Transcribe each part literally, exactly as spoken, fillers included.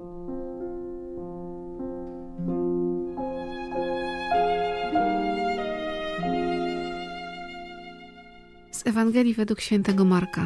Z Ewangelii według świętego Marka.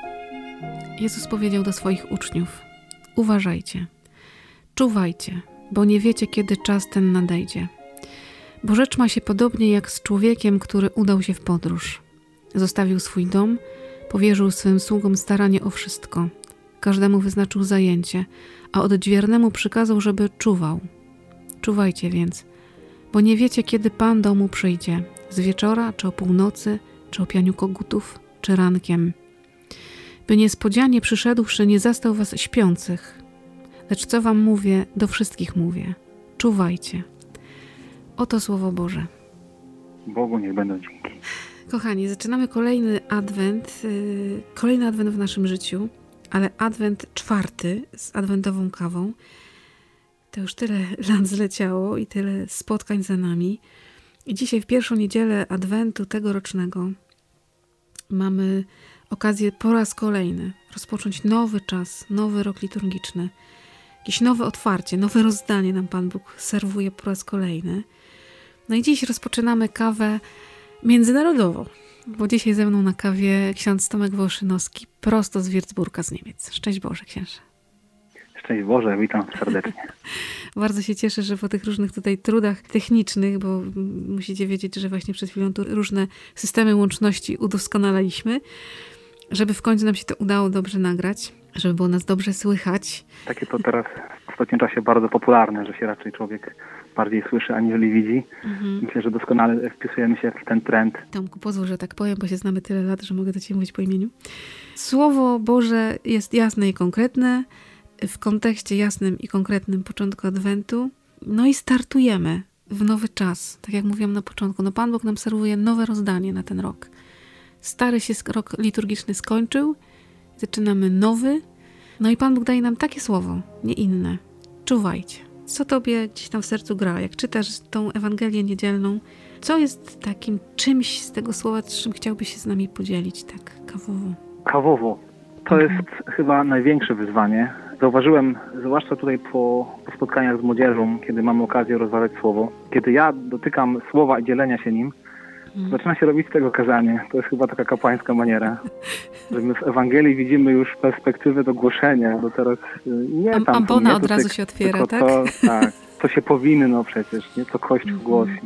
Jezus powiedział do swoich uczniów: uważajcie, czuwajcie, bo nie wiecie, kiedy czas ten nadejdzie. Bo rzecz ma się podobnie jak z człowiekiem, który udał się w podróż. Zostawił swój dom, powierzył swym sługom staranie o wszystko. Każdemu wyznaczył zajęcie, a odźwiernemu przykazał, żeby czuwał. Czuwajcie więc, bo nie wiecie, kiedy Pan domu przyjdzie, z wieczora, czy o północy, czy o pianiu kogutów, czy rankiem. By niespodzianie przyszedłszy nie zastał was śpiących. Lecz co wam mówię, do wszystkich mówię. Czuwajcie. Oto Słowo Boże. Bogu niech będą dzięki. Kochani, zaczynamy kolejny adwent, yy, kolejny adwent w naszym życiu, ale adwent czwarty z adwentową kawą. To już tyle lat zleciało i tyle spotkań za nami. I dzisiaj w pierwszą niedzielę adwentu tegorocznego mamy okazję po raz kolejny rozpocząć nowy czas, nowy rok liturgiczny. Jakieś nowe otwarcie, nowe rozdanie nam Pan Bóg serwuje po raz kolejny. No i dziś rozpoczynamy kawę międzynarodową, bo dzisiaj ze mną na kawie ksiądz Tomek Wołoszynowski, prosto z Würzburga z Niemiec. Szczęść Boże, księże. Szczęść Boże, witam serdecznie. Bardzo się cieszę, że po tych różnych tutaj trudach technicznych, bo musicie wiedzieć, że właśnie przed chwilą tu różne systemy łączności udoskonalaliśmy, żeby w końcu nam się to udało dobrze nagrać, żeby było nas dobrze słychać. Takie to teraz w ostatnim czasie bardzo popularne, że się raczej człowiek bardziej słyszy, aniżeli widzi. Mhm. Myślę, że doskonale wpisujemy się w ten trend. Tomku, pozwól, że tak powiem, bo się znamy tyle lat, że mogę do Ciebie mówić po imieniu. Słowo Boże jest jasne i konkretne, w kontekście jasnym i konkretnym początku Adwentu. No i startujemy w nowy czas. Tak jak mówiłam na początku, no Pan Bóg nam serwuje nowe rozdanie na ten rok. Stary się rok liturgiczny skończył, zaczynamy nowy. No i Pan Bóg daje nam takie słowo, nie inne. Czuwajcie. Co Tobie gdzieś tam w sercu gra? Jak czytasz tą Ewangelię niedzielną, co jest takim czymś z tego słowa, czym chciałbyś się z nami podzielić tak kawowo? Kawowo. To jest mhm. chyba największe wyzwanie. Zauważyłem, zwłaszcza tutaj po, po spotkaniach z młodzieżą, kiedy mamy okazję rozważać słowo, kiedy ja dotykam słowa i dzielenia się nim, mhm. zaczyna się robić z tego kazanie. To jest chyba taka kapłańska maniera, że my w Ewangelii widzimy już perspektywę do głoszenia, bo teraz nie tam... Ambona nie, od razu się otwiera, tak? To, tak, to się powinno przecież, nie? Co Kościół mhm. głosi.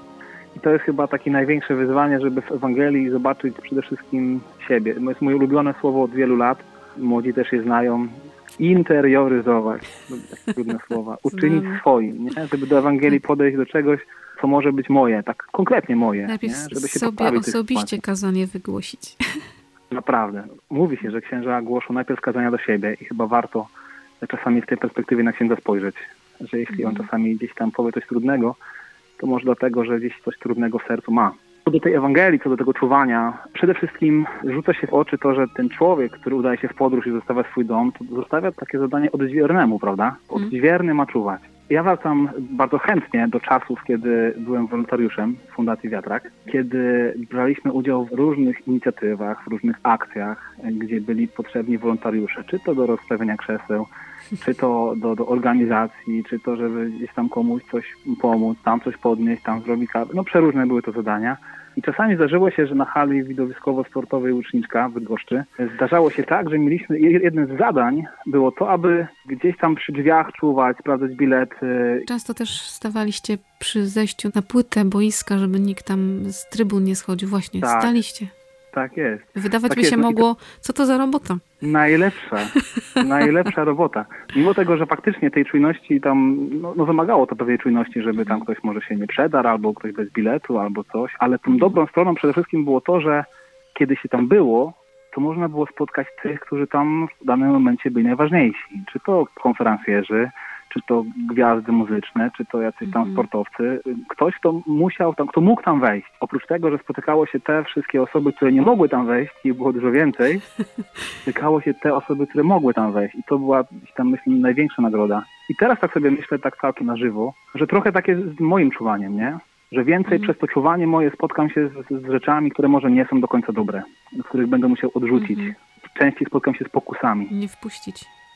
I to jest chyba takie największe wyzwanie, żeby w Ewangelii zobaczyć przede wszystkim siebie. To jest moje ulubione słowo od wielu lat. Młodzi też je znają. Interioryzować. Takie trudne słowa. Uczynić Znam. swoim, nie? Żeby do Ewangelii podejść do czegoś, co może być moje. Tak konkretnie moje. Najpierw nie? Żeby się sobie osobiście kazanie wygłosić. Naprawdę. Mówi się, że księża głoszą najpierw kazania do siebie i chyba warto czasami w tej perspektywie na księdza spojrzeć. Że jeśli on czasami gdzieś tam powie coś trudnego, to może dlatego, że gdzieś coś trudnego w sercu ma. Co do tej Ewangelii, co do tego czuwania, przede wszystkim rzuca się w oczy to, że ten człowiek, który udaje się w podróż i zostawia swój dom, to zostawia takie zadanie odźwiernemu, prawda? Odźwierny ma czuwać. Ja wracam bardzo chętnie do czasów, kiedy byłem wolontariuszem w Fundacji Wiatrak, kiedy braliśmy udział w różnych inicjatywach, w różnych akcjach, gdzie byli potrzebni wolontariusze, czy to do rozstawienia krzeseł, czy to do, do organizacji, czy to, żeby gdzieś tam komuś coś pomóc, tam coś podnieść, tam zrobić kawę. No przeróżne były to zadania. I czasami zdarzyło się, że na hali widowiskowo-sportowej Łuczniczka w Bydgoszczy zdarzało się tak, że mieliśmy, jednym z zadań było to, aby gdzieś tam przy drzwiach czuwać, sprawdzać bilety. Często też stawaliście przy zejściu na płytę boiska, żeby nikt tam z trybun nie schodził. Właśnie, tak. Staliście. Tak jest. Wydawać tak by jest. się mogło, co to za robota? Najlepsza, najlepsza robota. Mimo tego, że faktycznie tej czujności tam, no, no wymagało to pewnej czujności, żeby tam ktoś może się nie przedarł, albo ktoś bez biletu, albo coś, ale tą dobrą stroną przede wszystkim było to, że kiedy się tam było, to można było spotkać tych, którzy tam w danym momencie byli najważniejsi. Czy to konferencjerzy, czy to gwiazdy muzyczne, czy to jacyś tam mm. sportowcy. Ktoś, kto musiał tam, kto mógł tam wejść. Oprócz tego, że spotykało się te wszystkie osoby, które nie mogły tam wejść, ich było dużo więcej, spotykało się te osoby, które mogły tam wejść. I to była tam, myślę, największa nagroda. I teraz tak sobie myślę, tak całkiem na żywo, że trochę takie z moim czuwaniem, nie? Że więcej mm. przez to czuwanie moje spotkam się z, z rzeczami, które może nie są do końca dobre, z których będę musiał odrzucić. Mm-hmm. Częściej spotkam się z pokusami. Nie wpuścić.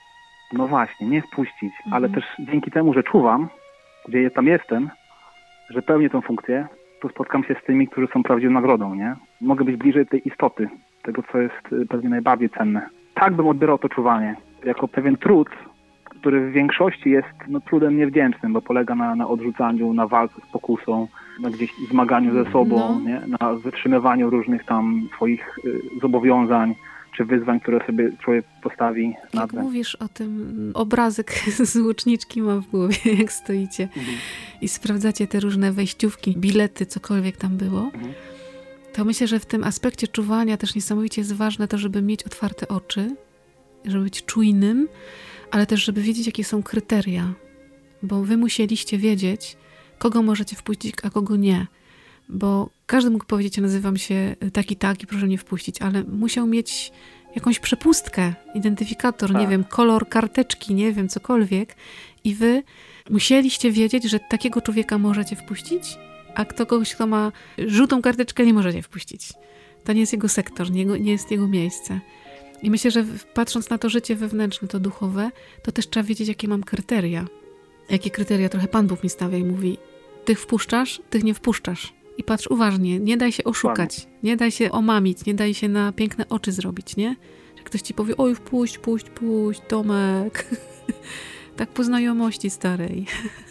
No właśnie, nie wpuścić, Mhm. ale też dzięki temu, że czuwam, gdzie ja tam jestem, że pełnię tą funkcję, to spotkam się z tymi, którzy są prawdziwą nagrodą, nie? Mogę być bliżej tej istoty, tego, co jest y, pewnie najbardziej cenne. Tak bym odbierał to czuwanie, jako pewien trud, który w większości jest no, trudem niewdzięcznym, bo polega na, na odrzucaniu, na walce z pokusą, na gdzieś zmaganiu ze sobą, No. nie? Na wytrzymywaniu różnych tam swoich y, zobowiązań, czy wyzwań, które sobie człowiek postawi na Jak tle. mówisz o tym, obrazek z łuczniczki mam w głowie, jak stoicie Mhm. i sprawdzacie te różne wejściówki, bilety, cokolwiek tam było, Mhm. to myślę, że w tym aspekcie czuwania też niesamowicie jest ważne to, żeby mieć otwarte oczy, żeby być czujnym, ale też, żeby wiedzieć, jakie są kryteria. Bo wy musieliście wiedzieć, kogo możecie wpuścić, a kogo nie. Bo każdy mógł powiedzieć, ja nazywam się tak i tak i proszę mnie wpuścić, ale musiał mieć jakąś przepustkę, identyfikator, Tak. nie wiem, kolor karteczki, nie wiem, cokolwiek. I wy musieliście wiedzieć, że takiego człowieka możecie wpuścić, a kto kogoś, kto ma żółtą karteczkę, nie możecie wpuścić. To nie jest jego sektor, nie, nie jest jego miejsce. I myślę, że patrząc na to życie wewnętrzne, to duchowe, to też trzeba wiedzieć, jakie mam kryteria. Jakie kryteria trochę Pan Bóg mi stawia i mówi, tych wpuszczasz, tych nie wpuszczasz. I patrz uważnie, nie daj się oszukać, nie daj się omamić, nie daj się na piękne oczy zrobić, nie? Że ktoś ci powie, oj, wpuść, puść, puść, Tomek. Tak po znajomości starej.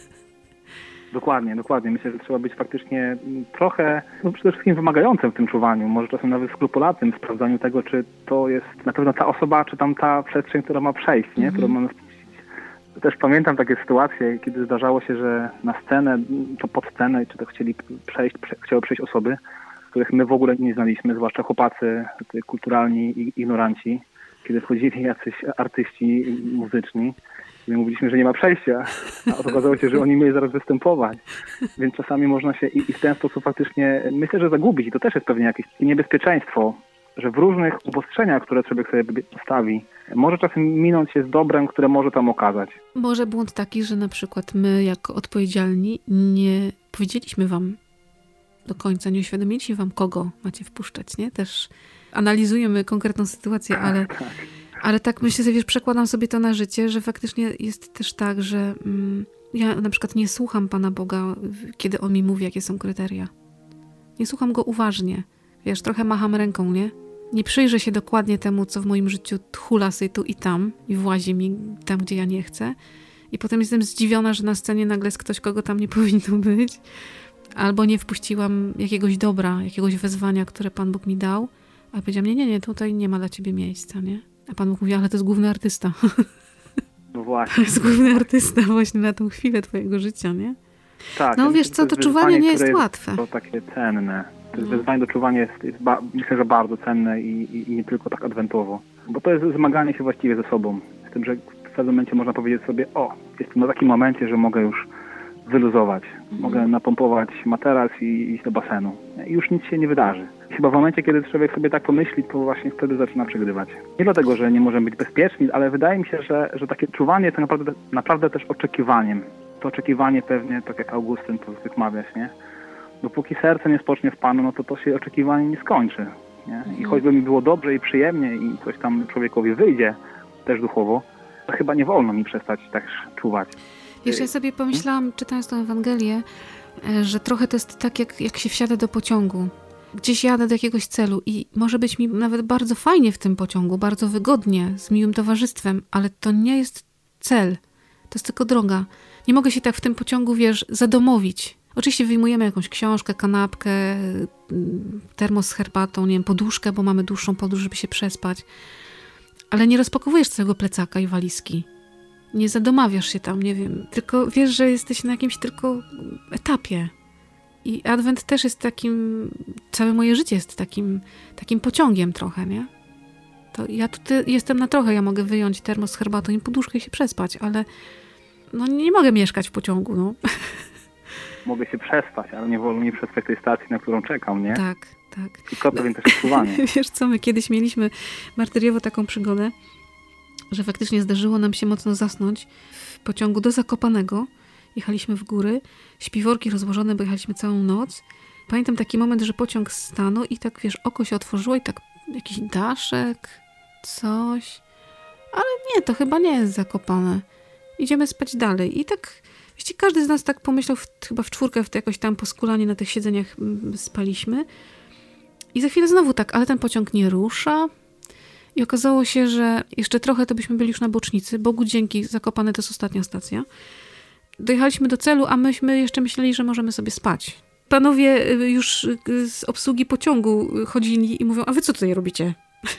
Dokładnie, dokładnie. Myślę, że trzeba być faktycznie trochę, no przede wszystkim wymagającym w tym czuwaniu, może czasem nawet skrupulatnym w sprawdzaniu tego, czy to jest na pewno ta osoba, czy tam ta przestrzeń, która ma przejść, nie? Mhm. Którą mamy wpuścić. Też pamiętam takie sytuacje, kiedy zdarzało się, że na scenę, to pod scenę, czy to chcieli przejść, prze, chciały przejść osoby, których my w ogóle nie znaliśmy, zwłaszcza chłopacy kulturalni i ignoranci, kiedy wchodzili jacyś artyści muzyczni. My mówiliśmy, że nie ma przejścia, a okazało się, że oni mieli zaraz występować. Więc czasami można się i, i w ten sposób faktycznie, myślę, że zagubić. I to też jest pewnie jakieś niebezpieczeństwo, że w różnych obostrzeniach, które człowiek sobie postawi, może czasem minąć się z dobrem, które może tam okazać. Może błąd taki, że na przykład my jako odpowiedzialni nie powiedzieliśmy wam do końca, nie uświadomiliśmy wam, kogo macie wpuszczać, nie? Też analizujemy konkretną sytuację, ale... Tak. Ale tak myślę sobie, wiesz, przekładam sobie to na życie, że faktycznie jest też tak, że mm, ja na przykład nie słucham Pana Boga, kiedy On mi mówi, jakie są kryteria. Nie słucham Go uważnie. Wiesz, trochę macham ręką, nie? Nie przyjrzę się dokładnie temu, co w moim życiu tchula sobie tu i tam i włazi mi tam, gdzie ja nie chcę. I potem jestem zdziwiona, że na scenie nagle jest ktoś, kogo tam nie powinno być. Albo nie wpuściłam jakiegoś dobra, jakiegoś wezwania, które Pan Bóg mi dał. A powiedziałam, nie, nie, nie, tutaj nie ma dla ciebie miejsca, nie? A Pan Bóg mówi, ale to jest główny artysta. No właśnie. To jest główny artysta właśnie na tą chwilę twojego życia, nie? Tak, No ja wiesz myślę, co, że to jest czuwanie wyzwanie, nie jest które łatwe. To takie cenne. To jest No. wyzwanie do czuwania jest, jest ba, myślę, że bardzo cenne i, i, i nie tylko tak adwentowo. Bo to jest zmaganie się właściwie ze sobą. Z tym, że w pewnym momencie można powiedzieć sobie, o, jestem na takim momencie, że mogę już wyluzować. Mhm. Mogę napompować materac i iść do basenu. I już nic się nie wydarzy. I chyba w momencie, kiedy człowiek sobie tak pomyśli, to właśnie wtedy zaczyna przegrywać. Nie dlatego, że nie możemy być bezpieczni, ale wydaje mi się, że, że takie czuwanie jest naprawdę, naprawdę też oczekiwaniem. To oczekiwanie pewnie, tak jak Augustyn to zwykle mawiać, nie? Dopóki serce nie spocznie w Panu, no to to się oczekiwanie nie skończy. Nie? I choćby mi było dobrze i przyjemnie i coś tam człowiekowi wyjdzie, też duchowo, to chyba nie wolno mi przestać też czuwać. Wiesz, ja sobie pomyślałam, czytając tę Ewangelię, że trochę to jest tak, jak, jak się wsiada do pociągu. Gdzieś jadę do jakiegoś celu i może być mi nawet bardzo fajnie w tym pociągu, bardzo wygodnie, z miłym towarzystwem, ale to nie jest cel. To jest tylko droga. Nie mogę się tak w tym pociągu, wiesz, zadomowić. Oczywiście wyjmujemy jakąś książkę, kanapkę, termos z herbatą, nie wiem, poduszkę, bo mamy dłuższą podróż, żeby się przespać. Ale nie rozpakowujesz całego plecaka i walizki. Nie zadomawiasz się tam, nie wiem. Tylko wiesz, że jesteś na jakimś tylko etapie. I Adwent też jest takim, całe moje życie jest takim, takim pociągiem trochę, nie? To ja tutaj jestem na trochę, ja mogę wyjąć termos z herbatą i poduszkę i się przespać, ale no nie mogę mieszkać w pociągu, no. Mogę się przespać, ale nie wolno mi przespać tej stacji, na którą czekam, nie? Tak, tak. I to pewien też odczuwanie. Wiesz co, my kiedyś mieliśmy martyriowo taką przygodę, że faktycznie zdarzyło nam się mocno zasnąć w pociągu do Zakopanego. Jechaliśmy w góry, śpiworki rozłożone, bo jechaliśmy całą noc. Pamiętam taki moment, że pociąg stanął i tak, wiesz, oko się otworzyło i tak jakiś daszek, coś. ale nie, to chyba nie jest Zakopane. Idziemy spać dalej. I tak, wiecie, każdy z nas tak pomyślał, w, chyba w czwórkę, w to jakoś tam poskulanie na tych siedzeniach spaliśmy. I za chwilę znowu tak, ale ten pociąg nie rusza. I okazało się, że jeszcze trochę to byśmy byli już na bocznicy. Bogu dzięki, Zakopane to jest ostatnia stacja. Dojechaliśmy do celu, a myśmy jeszcze myśleli, że możemy sobie spać. Panowie już z obsługi pociągu chodzili i mówią, a wy co tutaj robicie?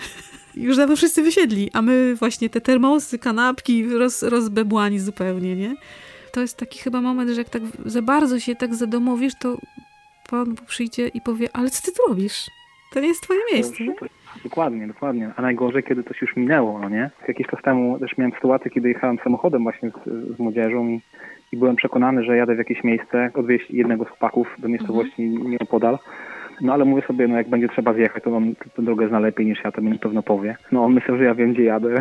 Już dawno wszyscy wysiedli, a my właśnie te termosy, kanapki roz, rozbebłani zupełnie, nie? To jest taki chyba moment, że jak tak za bardzo się tak zadomowisz, to Pan przyjdzie i powie, ale co ty tu robisz? To nie jest twoje miejsce. To, to, dokładnie, dokładnie. A najgorzej, kiedy to się już minęło, no nie? Jakiś czas temu też miałem sytuację, kiedy jechałem samochodem właśnie z, z młodzieżą i, i byłem przekonany, że jadę w jakieś miejsce, odwieźć jednego z chłopaków do miejscowości mhm. nieopodal. No ale mówię sobie, no jak będzie trzeba zjechać, to on tę drogę zna lepiej niż ja, to mi na pewno powie. No on myślał, że ja wiem, gdzie jadę.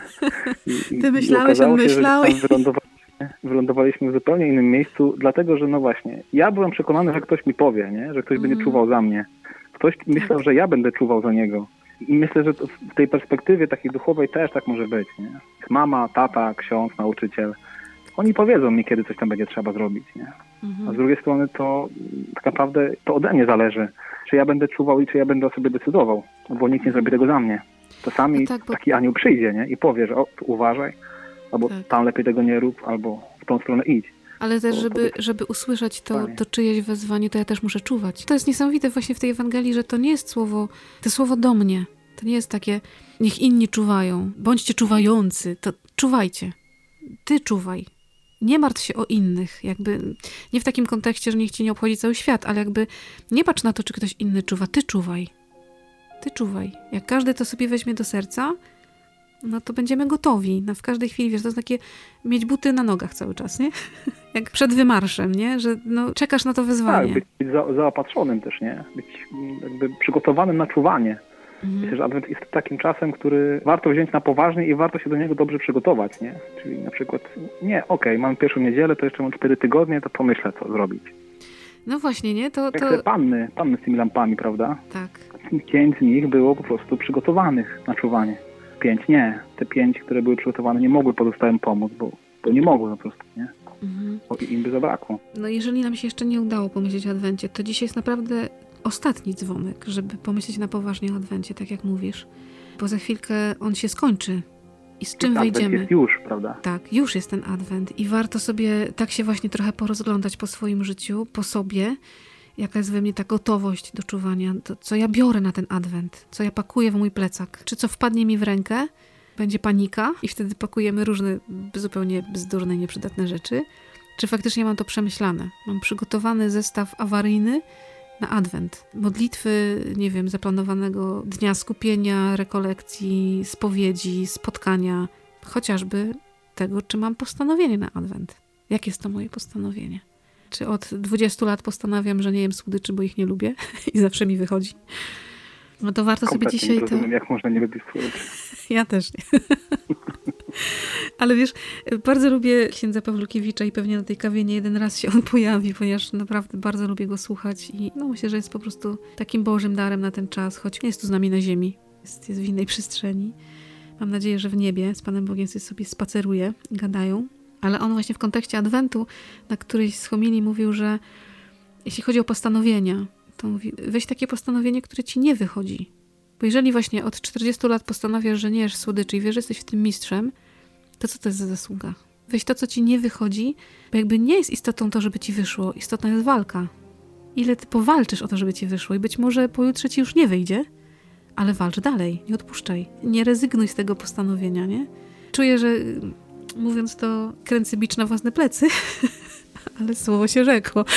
I, Ty myślałeś, on myślał. Wylądowaliśmy, wylądowaliśmy w zupełnie innym miejscu, dlatego, że no właśnie, ja byłem przekonany, że ktoś mi powie, nie? Że ktoś mm. będzie czuwał za mnie. Ktoś myślał, że ja będę czuwał za niego. I myślę, że to w tej perspektywie takiej duchowej też tak może być, nie? Mama, tata, ksiądz, nauczyciel. Oni powiedzą mi, kiedy coś tam będzie trzeba zrobić, nie? A z drugiej strony to tak naprawdę to ode mnie zależy, czy ja będę czuwał i czy ja będę o sobie decydował, bo nikt nie zrobi tego za mnie. Czasami no tak, bo... taki anioł przyjdzie, nie? I powie, że o, uważaj, albo tak. tam lepiej tego nie rób, albo w tą stronę idź. Ale też, żeby, żeby usłyszeć to, to czyjeś wezwanie, to ja też muszę czuwać. To jest niesamowite właśnie w tej Ewangelii, że to nie jest słowo, to słowo do mnie. To nie jest takie, niech inni czuwają, bądźcie czuwający, to czuwajcie. Ty czuwaj. Nie martw się o innych, jakby nie w takim kontekście, że niech cię nie obchodzi cały świat, ale jakby nie patrz na to, czy ktoś inny czuwa. Ty czuwaj. Ty czuwaj. Jak każdy to sobie weźmie do serca, no to będziemy gotowi. No w każdej chwili, wiesz, to jest takie mieć buty na nogach cały czas, nie? Jak przed wymarszem, nie? Że no, czekasz na to wezwanie. Tak, być za, zaopatrzonym też, nie? Być jakby przygotowanym na czuwanie. Mhm. Myślę, że Adwent jest takim czasem, który warto wziąć na poważnie i warto się do niego dobrze przygotować, nie? Czyli na przykład, nie, okej, okay, mam pierwszą niedzielę, to jeszcze mam cztery tygodnie, to pomyślę, co zrobić. No właśnie, nie? To, Jak to... te panny, panny z tymi lampami, prawda? Tak. Pięć z nich było po prostu przygotowanych na czuwanie. Pięć nie. Te pięć, które były przygotowane, nie mogły pozostałym pomóc, bo, bo nie mogły po prostu, nie? Mhm. Bo im by zabrakło. No jeżeli nam się jeszcze nie udało pomyśleć o Adwencie, to dzisiaj jest naprawdę ostatni dzwonek, żeby pomyśleć na poważnie o Adwencie, tak jak mówisz. Bo za chwilkę on się skończy. I z czym Adwent wyjdziemy? Jest już, prawda? Tak, już jest ten Adwent. I warto sobie tak się właśnie trochę porozglądać po swoim życiu, po sobie, jaka jest we mnie ta gotowość do czuwania, to co ja biorę na ten Adwent, co ja pakuję w mój plecak, czy co wpadnie mi w rękę, będzie panika i wtedy pakujemy różne zupełnie bzdurne, nieprzydatne rzeczy, czy faktycznie mam to przemyślane. Mam przygotowany zestaw awaryjny na Adwent. Modlitwy, nie wiem, zaplanowanego dnia skupienia, rekolekcji, spowiedzi, spotkania, chociażby tego, czy mam postanowienie na Adwent. Jakie jest to moje postanowienie? Czy od dwudziestu lat postanawiam, że nie jem słodyczy, bo ich nie lubię i zawsze mi wychodzi. No to warto Kompletnie sobie dzisiaj to... Rozumiem, jak można nie lubić słodyczy. Ja też nie. Ale wiesz, bardzo lubię księdza Pawlukiewicza i pewnie na tej kawie nie jeden raz się on pojawi, ponieważ naprawdę bardzo lubię go słuchać i no myślę, że jest po prostu takim Bożym darem na ten czas, choć nie jest tu z nami na ziemi, jest, jest w innej przestrzeni. Mam nadzieję, że w niebie z Panem Bogiem sobie spaceruje i gadają. Ale on właśnie w kontekście Adwentu na którejś z homilii mówił, że jeśli chodzi o postanowienia, to mówi, weź takie postanowienie, które ci nie wychodzi. Bo jeżeli właśnie od czterdziestu lat postanawiasz, że nie jesz słodyczy i wiesz, że jesteś w tym mistrzem, to co to jest za zasługa? Weź to, co ci nie wychodzi, bo jakby nie jest istotą to, żeby ci wyszło. Istotna jest walka. Ile ty powalczysz o to, żeby ci wyszło i być może pojutrze ci już nie wyjdzie, ale walcz dalej, nie odpuszczaj. Nie rezygnuj z tego postanowienia, nie? Czuję, że mówiąc to, kręcę bicz na własne plecy, ale słowo się rzekło.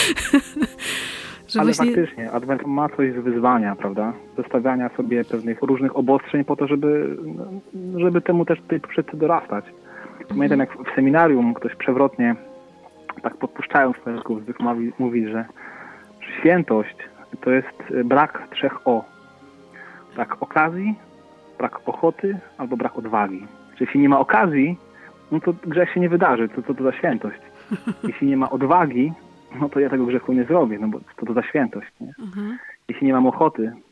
Że ale właśnie... faktycznie, Adwent ma coś z wyzwania, prawda? Zostawiania sobie pewnych różnych obostrzeń po to, żeby, żeby temu też tutaj poprzedcy dorastać. Pamiętam, jak w seminarium ktoś przewrotnie, tak podpuszczając kolegów, zwykł mówić, że świętość to jest brak trzech O. Brak okazji, brak ochoty albo brak odwagi. Czyli jeśli nie ma okazji, no to grzech się nie wydarzy. Co to, to za świętość? Jeśli nie ma odwagi, no to ja tego grzechu nie zrobię, no bo to to za świętość, nie? Mhm. Jeśli nie mam ochoty,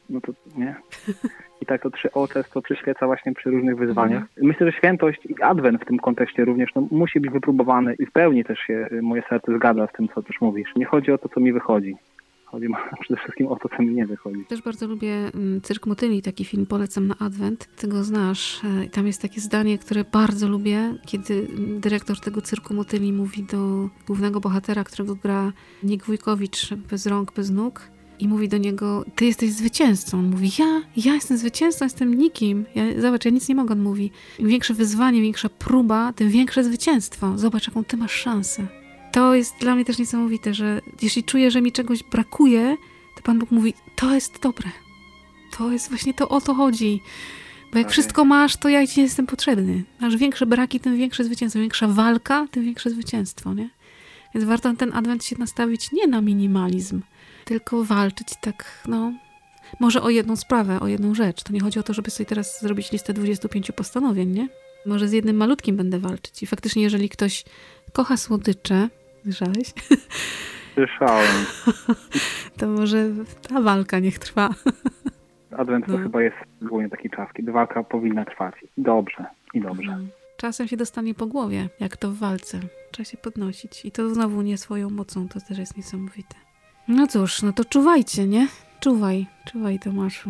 no to nie. I tak to trzy O często przyświeca właśnie przy różnych wyzwaniach. Myślę, że świętość i adwent w tym kontekście również no, musi być wypróbowany i w pełni też się moje serce zgadza z tym, co też mówisz. Nie chodzi o to, co mi wychodzi. Chodzi przede wszystkim o to, co mi nie wychodzi. Też bardzo lubię Cyrk Motyli, taki film polecam na adwent. Ty go znasz. I tam jest takie zdanie, które bardzo lubię, kiedy dyrektor tego Cyrku Motyli mówi do głównego bohatera, którego gra Nick Wójkowicz, bez rąk, bez nóg. I mówi do niego, ty jesteś zwycięzcą. On mówi, ja? Ja jestem zwycięzcą, jestem nikim. Ja, zobacz, ja nic nie mogę, on mówi. Im większe wyzwanie, większa próba, tym większe zwycięstwo. Zobacz, jaką ty masz szansę. To jest dla mnie też niesamowite, że jeśli czuję, że mi czegoś brakuje, to Pan Bóg mówi, to jest dobre. To jest właśnie to, o to chodzi. Bo jak tak wszystko jest. masz, to ja ci nie jestem potrzebny. Masz większe braki, tym większe zwycięstwo. Większa walka, tym większe zwycięstwo, nie? Więc warto ten adwent się nastawić nie na minimalizm, tylko walczyć tak, no, może o jedną sprawę, o jedną rzecz. To nie chodzi o to, żeby sobie teraz zrobić listę dwudziestu pięciu postanowień, nie? Może z jednym malutkim będę walczyć. I faktycznie, jeżeli ktoś kocha słodycze, słyszałeś? Słyszałem. To może ta walka niech trwa. Adwent to no. chyba jest głównie taki czas, kiedy walka powinna trwać. Dobrze i dobrze. Mhm. Czasem się dostanie po głowie, jak to w walce. Trzeba się podnosić. I to znowu nie swoją mocą, to też jest niesamowite. No cóż, no to czuwajcie, nie? Czuwaj, czuwaj Tomaszu.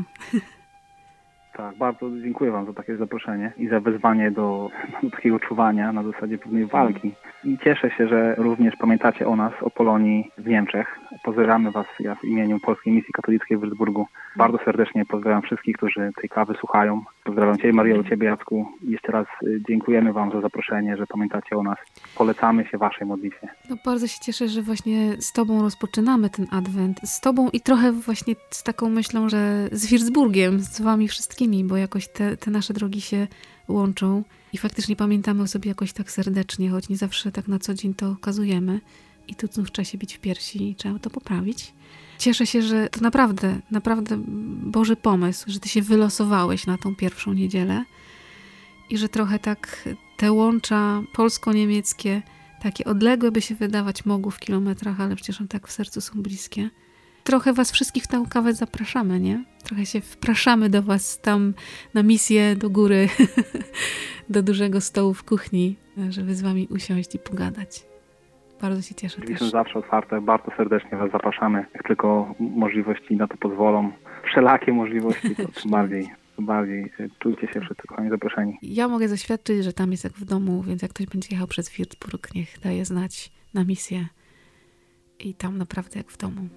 Tak, bardzo dziękuję Wam za takie zaproszenie i za wezwanie do, do takiego czuwania na zasadzie pewnej walki. I cieszę się, że również pamiętacie o nas, o Polonii w Niemczech. Pozdrawiamy Was ja w imieniu Polskiej Misji Katolickiej w Würzburgu. Bardzo serdecznie pozdrawiam wszystkich, którzy tej kawy słuchają. Pozdrawiam Ciebie, Mario, Ciebie, Jacku. Jeszcze raz dziękujemy Wam za zaproszenie, że pamiętacie o nas. Polecamy się Waszej modlitwie. No bardzo się cieszę, że właśnie z Tobą rozpoczynamy ten adwent. Z Tobą i trochę właśnie z taką myślą, że z Würzburgiem, z Wami wszystkimi, bo jakoś te, te nasze drogi się łączą i faktycznie pamiętamy o sobie jakoś tak serdecznie, choć nie zawsze tak na co dzień to okazujemy. I tu znów trzeba się bić w piersi i trzeba to poprawić. Cieszę się, że to naprawdę, naprawdę Boży pomysł, że Ty się wylosowałeś na tą pierwszą niedzielę i że trochę tak te łącza polsko-niemieckie, takie odległe by się wydawać mogły w kilometrach, ale przecież one tak w sercu są bliskie. Trochę Was wszystkich w tę kawę zapraszamy, nie? Trochę się wpraszamy do Was tam na misję do góry, do dużego stołu w kuchni, żeby z Wami usiąść i pogadać. Bardzo się cieszę Drzwi też. są zawsze otwarte, bardzo serdecznie Was zapraszamy. Jak tylko możliwości na to pozwolą, wszelakie możliwości, to tym bardziej, tym bardziej czujcie się wszyscy kochani zaproszeni. Ja mogę zaświadczyć, że tam jest jak w domu, więc jak ktoś będzie jechał przez Würzburg, niech daje znać na misję. I tam naprawdę jak w domu.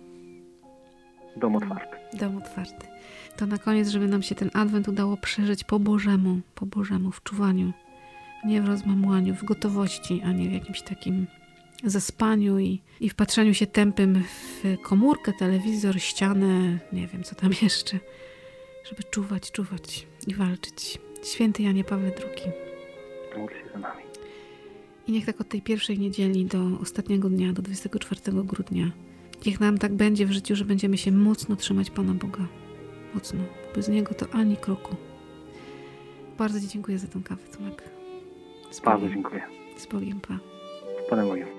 Dom otwarty. Dom otwarty. To na koniec, żeby nam się ten adwent udało przeżyć po Bożemu, po Bożemu, w czuwaniu. Nie w rozmamłaniu, w gotowości, a nie w jakimś takim zaspaniu i, i wpatrzeniu się tępym w komórkę, telewizor, ścianę, nie wiem co tam jeszcze. Żeby czuwać, czuwać i walczyć. Święty Janie Pawle drugi. Módl się za nami. I niech tak od tej pierwszej niedzieli do ostatniego dnia, do dwudziestego czwartego grudnia, niech nam tak będzie w życiu, że będziemy się mocno trzymać Pana Boga. Mocno. Bez Niego to ani kroku. Bardzo Ci dziękuję za tą kawę, Tomek. Bardzo dziękuję. Z Bogiem, pa. Z Panem Bogiem.